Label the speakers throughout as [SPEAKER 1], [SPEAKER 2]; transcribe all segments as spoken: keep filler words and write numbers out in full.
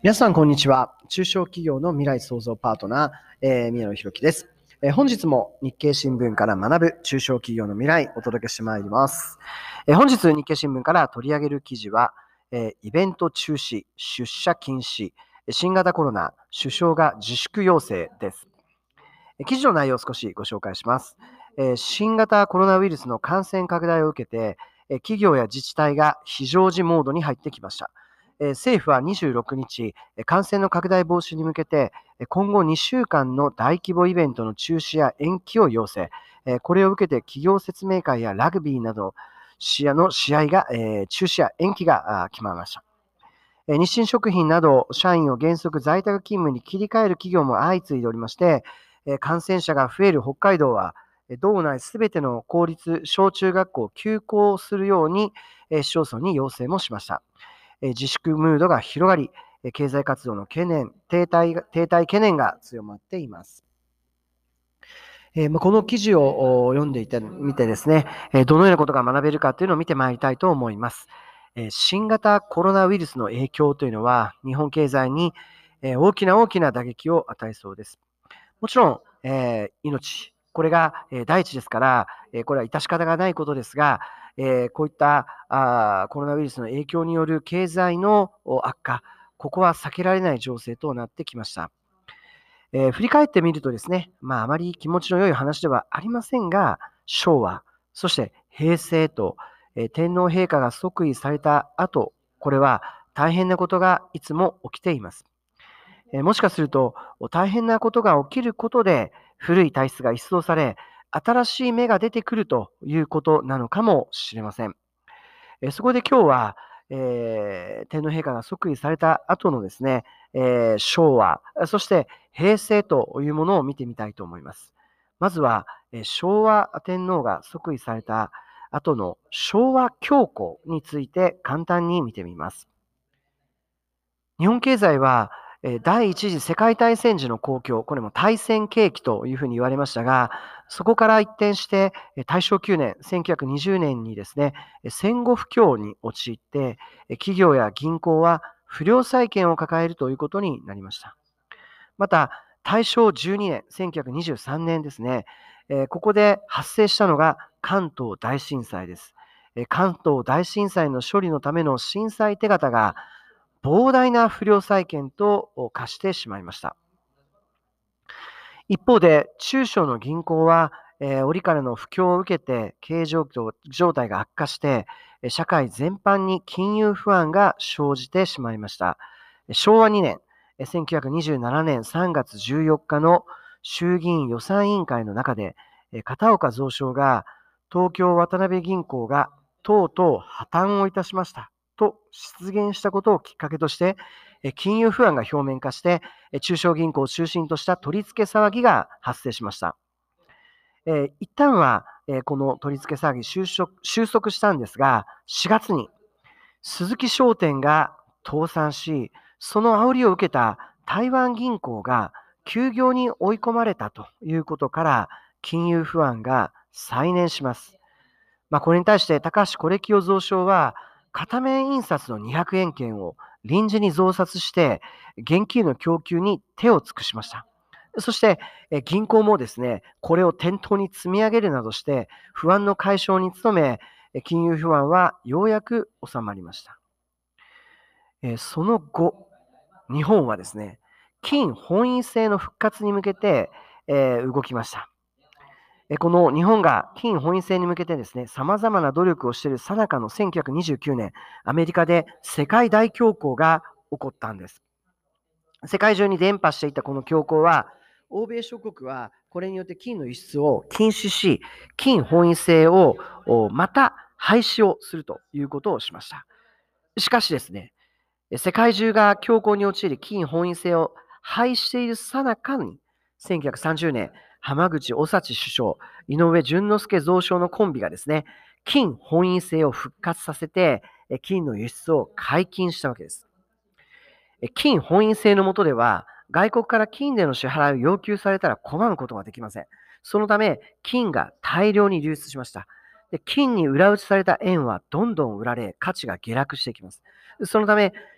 [SPEAKER 1] 皆さん、こんにちは。中小企業の未来創造パートナー、えー宮野博樹です、えー本日も日経新聞から学ぶ中小企業の未来をお届けしてまいります。えー本日日経新聞から取り上げる記事は、えーイベント中止、出社禁止、新型コロナ、首相が自粛要請です。えー記事の内容を少しご紹介します。えー新型コロナウイルスの感染拡大を受けて、えー企業や自治体が非常時モードに入ってきました。えー政府はにじゅうろくにち、えー感染の拡大防止に向けて、えー今後にしゅうかんの大規模イベントの中止や延期を要請。えーこれを受けて企業説明会やラグビーなど試合の試合が、えー中止や延期があー決まりました。えー日清食品など社員を原則在宅勤務に切り替える企業も相次いでおりまして、えー感染者が増える北海道は、えー道内すべての公立小中学校を休校するように、えー市町村に要請もしました。えー自粛ムードが広がり、えー経済活動の懸念、停滞が停滞懸念が強まっています。えーまあこの記事をお読んでいてみてですね、えーどのようなことが学べるかというのを見てまいりたいと思います。えー新型コロナウイルスの影響というのは、日本経済にえー大きな大きな打撃を与えそうです。もちろん、えー命、これがえー第一ですから、えーこれは致し方がないことですが、えーこういったあーコロナウイルスの影響による経済のお悪化、ここは避けられない情勢となってきました。えー振り返ってみるとですね、まあ、あまり気持ちの良い話ではありませんが、昭和、そして平成と、えー天皇陛下が即位された後、これは大変なことがいつも起きています。えーもしかすると、大変なことが起きることで、古い体質が一掃され、新しい芽が出てくるということなのかもしれません。えーそこで今日は、えー天皇陛下が即位された後のですね、えー昭和、そして平成というものを見てみたいと思います。まずは、えー昭和天皇が即位された後の昭和恐慌について簡単に見てみます。日本経済は、えー第一次世界大戦時の興況、これも大戦景気というふうに言われましたが、そこから一転して、えー大正きゅうねん、せんきゅうひゃくにじゅうねんにですね、えー戦後不況に陥って、えー企業や銀行は不良債権を抱えるということになりました。また、大正じゅうにねん、せんきゅうひゃくにじゅうさんねんですね、えーここで発生したのが関東大震災です。えー関東大震災の処理のための震災手形が膨大な不良債権と化してしまいました。一方で、中小の銀行は、えー折からの不況を受けて経営状況状態が悪化して、えー社会全般に金融不安が生じてしまいました。しょうわにねん、えーせんきゅうひゃくにじゅうななねんさんがつじゅうよっかの衆議院予算委員会の中で、えー片岡蔵相が東京渡辺銀行がとうとう破綻をいたしましたと出現したことをきっかけとして、えー金融不安が表面化して、えー中小銀行を中心とした取り付け騒ぎが発生しました。えー一旦は、えーこの取り付け騒ぎ収束収束したんですが、しがつに鈴木商店が倒産し、その煽りを受けた台湾銀行が休業に追い込まれたということから、金融不安が再燃します。まあ、これに対して高橋是清蔵相は、片面印刷のにひゃくえん券を臨時に増刷して、現金の供給に手を尽くしました。そして、え銀行もですね、これを店頭に積み上げるなどして、不安の解消に努め、え金融不安はようやく収まりました。えその後、日本はですね、金本位制の復活に向けて、えー動きました。えこの日本が金本位制に向けてですね、様々な努力をしている最中のせんきゅうひゃくにじゅうきゅうねん、アメリカで世界大恐慌が起こったんです。世界中に伝播していたこの恐慌は、欧米諸国はこれによって金の輸出を禁止し、金本位制をおまた廃止をするということをしました。しかしですね、世界中が恐慌に陥り、金本位制を廃止している最中に、せんきゅうひゃくさんじゅうねん、浜口おさち首相、井上淳之介蔵相のコンビがですね、金本位制を復活させて、え金の輸出を解禁したわけです。え金本位制の下では、外国から金での支払いを要求されたら拒むことができません。そのため、金が大量に流出しました。で金に裏打ちされた円はどんどん売られ、価値が下落していきます。そのため、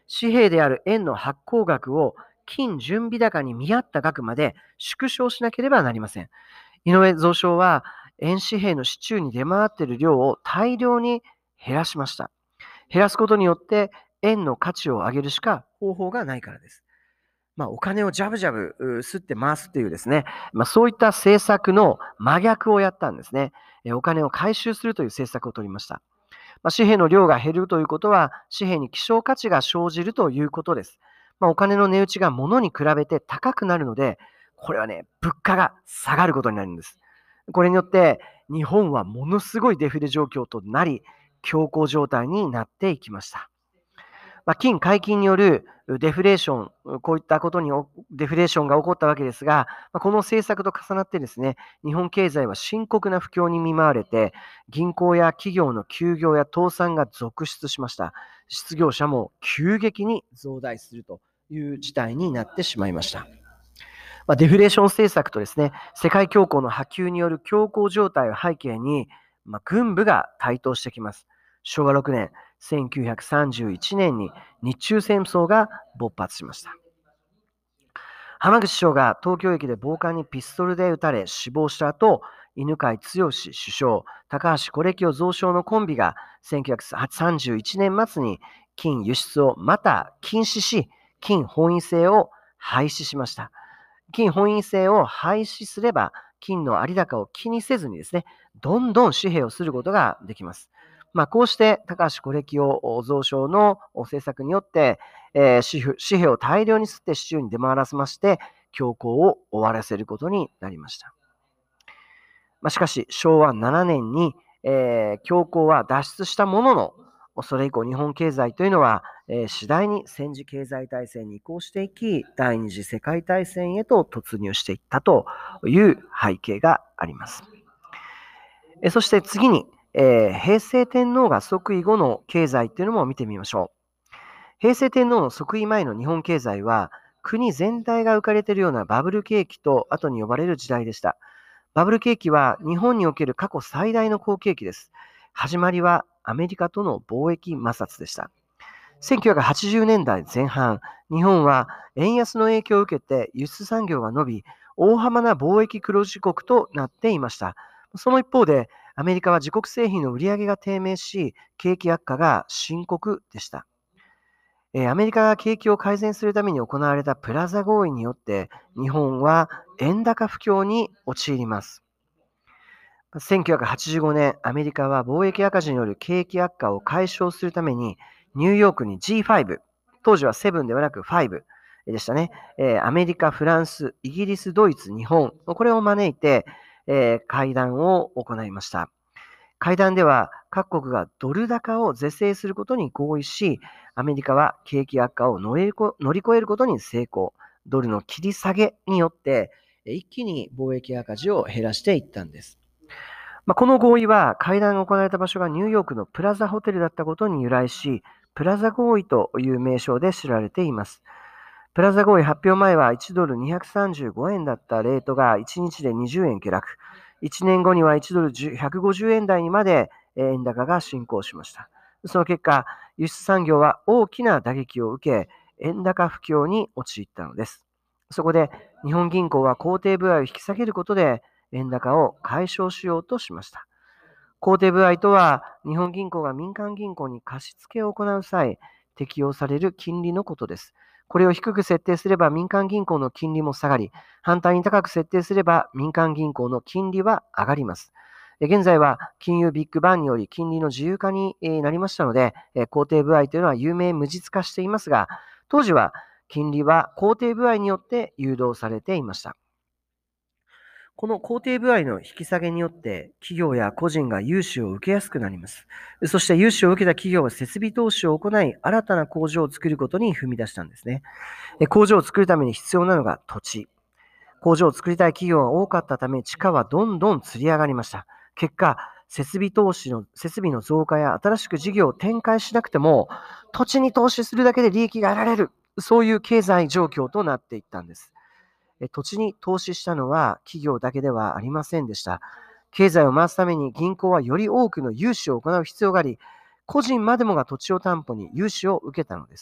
[SPEAKER 1] 紙幣である円の発行額を金準備高に見合った額まで縮小しなければなりません。井上蔵相は円紙幣の市中に出回っている量を大量に減らしました。減らすことによって円の価値を上げるしか方法がないからです。まあ、お金をジャブジャブう吸って回すっていうですね、まあ、そういった政策の真逆をやったんですね。えお金を回収するという政策を取りました。まあ、紙幣の量が減るということは、紙幣に希少価値が生じるということです。まあ、お金の値打ちが物に比べて高くなるので、これはね、物価が下がることになるんです。これによって、日本はものすごいデフレ状況となり、恐慌状態になっていきました。まあ、金解禁によるデフレーション、こういったことにデフレーションが起こったわけですが、まあ、この政策と重なってですね、日本経済は深刻な不況に見舞われて、銀行や企業の休業や倒産が続出しました。失業者も急激に増大するという事態になってしまいました。まあ、デフレーション政策とですね、世界恐慌の波及による恐慌状態を背景に、まあ、軍部が台頭してきます。しょうわろくねん、せんきゅうひゃくさんじゅういちねんに日中戦争が勃発しました。浜口首相が東京駅で暴漢にピストルで撃たれ死亡した後、犬養毅首相、高橋是清蔵相のコンビがせんきゅうひゃくさんじゅういちねん末に金輸出をまた禁止し、金本位制を廃止しました。金本位制を廃止すれば、金の有高を気にせずにですね、どんどん紙幣をすることができます。まあ、こうして高橋是清蔵相の政策によって、えー、紙幣を大量に吸って市中に出回らせまして、恐慌を終わらせることになりました。まあ、しかし、しょうわななねんに、えー、恐慌は脱出したものの、それ以降、日本経済というのは、えー、次第に戦時経済体制に移行していき、第二次世界大戦へと突入していったという背景があります。えー、そして次に、えー、平成天皇が即位後の経済というのも見てみましょう。平成天皇の即位前の日本経済は、国全体が浮かれているようなバブル景気と後に呼ばれる時代でした。バブル景気は日本における過去最大の好景気です。始まりはアメリカとの貿易摩擦でした。せんきゅうひゃくはちじゅうねんだいぜん半、日本は円安の影響を受けて輸出産業が伸び、大幅な貿易黒字国となっていました。その一方で、アメリカは自国製品の売り上げが低迷し、景気悪化が深刻でした。アメリカが景気を改善するために行われたプラザ合意によって、日本は円高不況に陥ります。せんきゅうひゃくはちじゅうごねん、アメリカは貿易赤字による景気悪化を解消するために、ニューヨークに ジーファイブ、当時はセブンではなくファイブでしたね。アメリカ、フランス、イギリス、ドイツ、日本、これを招いて会談を行いました。会談では各国がドル高を是正することに合意し、アメリカは景気悪化を乗り越えることに成功。ドルの切り下げによって一気に貿易赤字を減らしていったんです。まあ、この合意は会談が行われた場所がニューヨークのプラザホテルだったことに由来し、プラザ合意という名称で知られています。プラザ合意発表前はいちドルにひゃくさんじゅうごえんだったレートがいちにちでにじゅうえん下落。いちねんごにはいちドルひゃくごじゅうえん台にまで円高が進行しました。その結果、輸出産業は大きな打撃を受け、円高不況に陥ったのです。そこで日本銀行は公定歩合を引き下げることで円高を解消しようとしました。公定歩合とは、日本銀行が民間銀行に貸付を行う際、適用される金利のことです。これを低く設定すれば民間銀行の金利も下がり、反対に高く設定すれば民間銀行の金利は上がります。現在は金融ビッグバンにより金利の自由化になりましたので、公定歩合というのは有名無実化していますが、当時は金利は公定歩合によって誘導されていました。この公定歩合の引き下げによって、企業や個人が融資を受けやすくなります。そして融資を受けた企業は設備投資を行い、新たな工場を作ることに踏み出したんですね。工場を作るために必要なのが土地。工場を作りたい企業が多かったため、地価はどんどんつり上がりました。結果、設備投資の、設備の増加や新しく事業を展開しなくても、土地に投資するだけで利益が得られる、そういう経済状況となっていったんです。土地に投資したのは企業だけではありませんでした。経済を回すために銀行はより多くの融資を行う必要があり、個人までもが土地を担保に融資を受けたのです。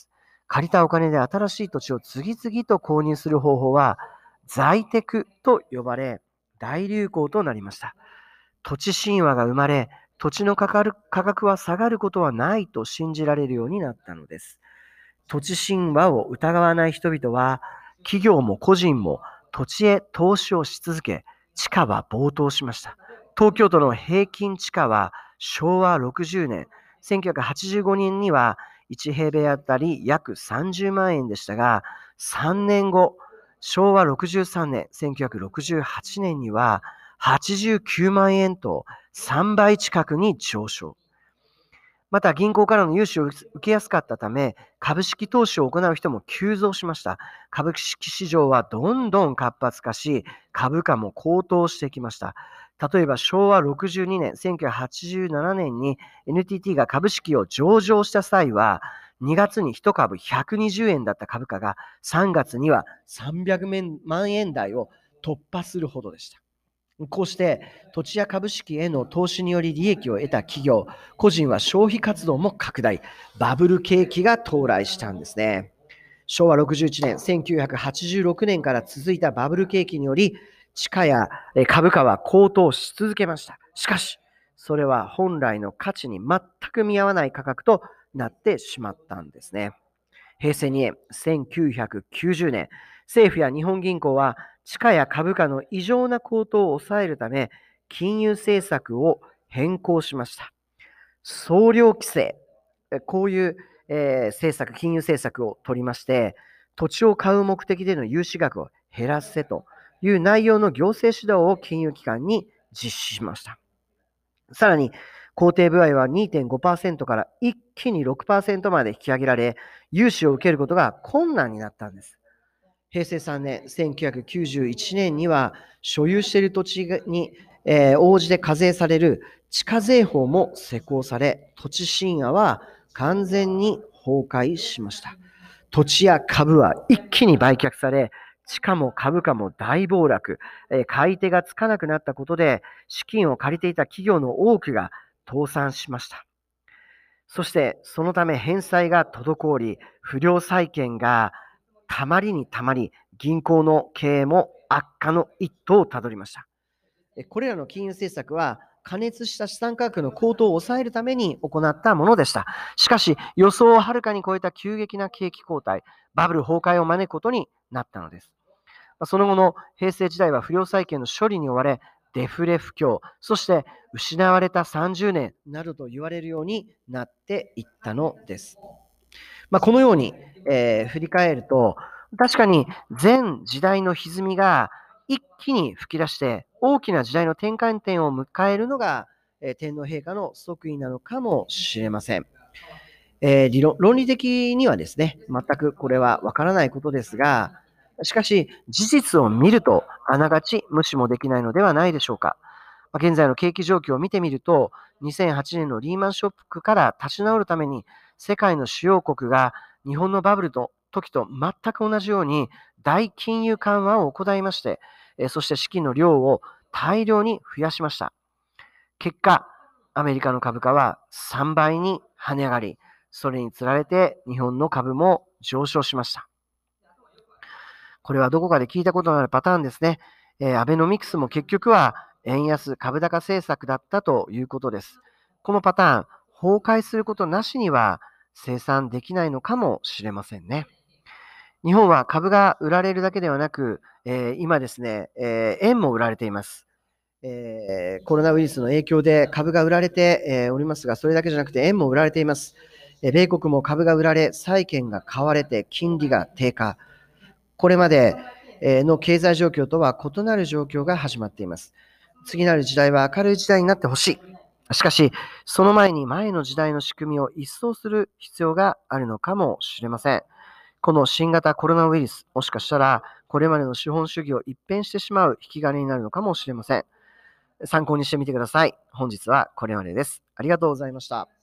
[SPEAKER 1] 借りたお金で新しい土地を次々と購入する方法は、在テクと呼ばれ、大流行となりました。土地神話が生まれ、土地の価格価格は下がることはないと信じられるようになったのです。土地神話を疑わない人々は、企業も個人も土地へ投資をし続け、地価は暴騰しました。東京都の平均地価はしょうわろくじゅうねん、せんきゅうひゃくはちじゅうごねんにはいち平米あたり約さんじゅうまんえんでしたが、さんねんご、しょうわろくじゅうさんねん、せんきゅうひゃくろくじゅうはちねんにははちじゅうきゅうまんえんとさんばい近くに上昇。また銀行からの融資を受けやすかったため、株式投資を行う人も急増しました。株式市場はどんどん活発化し、株価も高騰してきました。例えばしょうわろくじゅうにねん、せんきゅうひゃくはちじゅうななねんに エヌティーティー が株式を上場した際は、にがつにいち株ひゃくにじゅうえんだった株価がさんがつにはさんびゃくまんえん台を突破するほどでした。こうして土地や株式への投資により利益を得た企業、個人は消費活動も拡大、バブル景気が到来したんですね。しょうわろくじゅういちねん、せんきゅうひゃくはちじゅうろくねんから続いたバブル景気により、地価や株価は高騰し続けました。しかし、それは本来の価値に全く見合わない価格となってしまったんですね。へいせいにねん、せんきゅうひゃくきゅうじゅうねん、政府や日本銀行は地価や株価の異常な高騰を抑えるため、金融政策を変更しました。総量規制、こういう、えー政策、金融政策を取りまして、土地を買う目的での融資額を減らせという内容の行政指導を金融機関に実施しました。さらに、工程部合は にてんごパーセント から一気に ろくパーセント まで引き上げられ、融資を受けることが困難になったんです。へいせいさんねん、せんきゅうひゃくきゅうじゅういちねんには、所有している土地に、えー応じて課税される地価税法も施行され、土地神話は完全に崩壊しました。土地や株は一気に売却され、地価も株価も大暴落、えー買い手がつかなくなったことで、資金を借りていた企業の多くが倒産しました。そしてそのため返済が滞り、不良債権がたまりにたまり、銀行の経営も悪化の一途をたどりました。えこれらの金融政策は、過熱した資産価格の高騰を抑えるために行ったものでした。しかし、予想をはるかに超えた急激な景気後退、バブル崩壊を招くことになったのです。その後の平成時代は不良債権の処理に追われ、デフレ不況、そして失われたさんじゅうねんなどと言われるようになっていったのです。まあ、このように、えー振り返ると、確かに全時代の歪みが一気に吹き出して、大きな時代の転換点を迎えるのが、えー天皇陛下の即位なのかもしれません。えー理論論理的にはですね、全くこれはわからないことですが、しかし、事実を見ると、あながち無視もできないのではないでしょうか。まあ現在の景気状況を見てみると、にせんはちねんのリーマンショックから立ち直るために、世界の主要国が日本のバブルの時と全く同じように大金融緩和を行いまして、えーそして資金の量を大量に増やしました。結果、アメリカの株価はさんばいに跳ね上がり、それにつられて日本の株も上昇しました。これはどこかで聞いたことのあるパターンですね。えーアベノミクスも結局は円安株高政策だったということです。このパターン、崩壊することなしには生産できないのかもしれませんね。日本は株が売られるだけではなく、えー今ですね、えー円も売られています。えーコロナウイルスの影響で株が売られてえーおりますが、それだけじゃなくて円も売られています。えー米国も株が売られ、債券が買われて金利が低下。これまでえーの経済状況とは異なる状況が始まっています。次なる時代は明るい時代になってほしい。しかし、その前に前の時代の仕組みを一掃する必要があるのかもしれません。この新型コロナウイルス、もしかしたらこれまでの資本主義を一変してしまう引き金になるのかもしれません。参考にしてみてください。本日はこれまでです。ありがとうございました。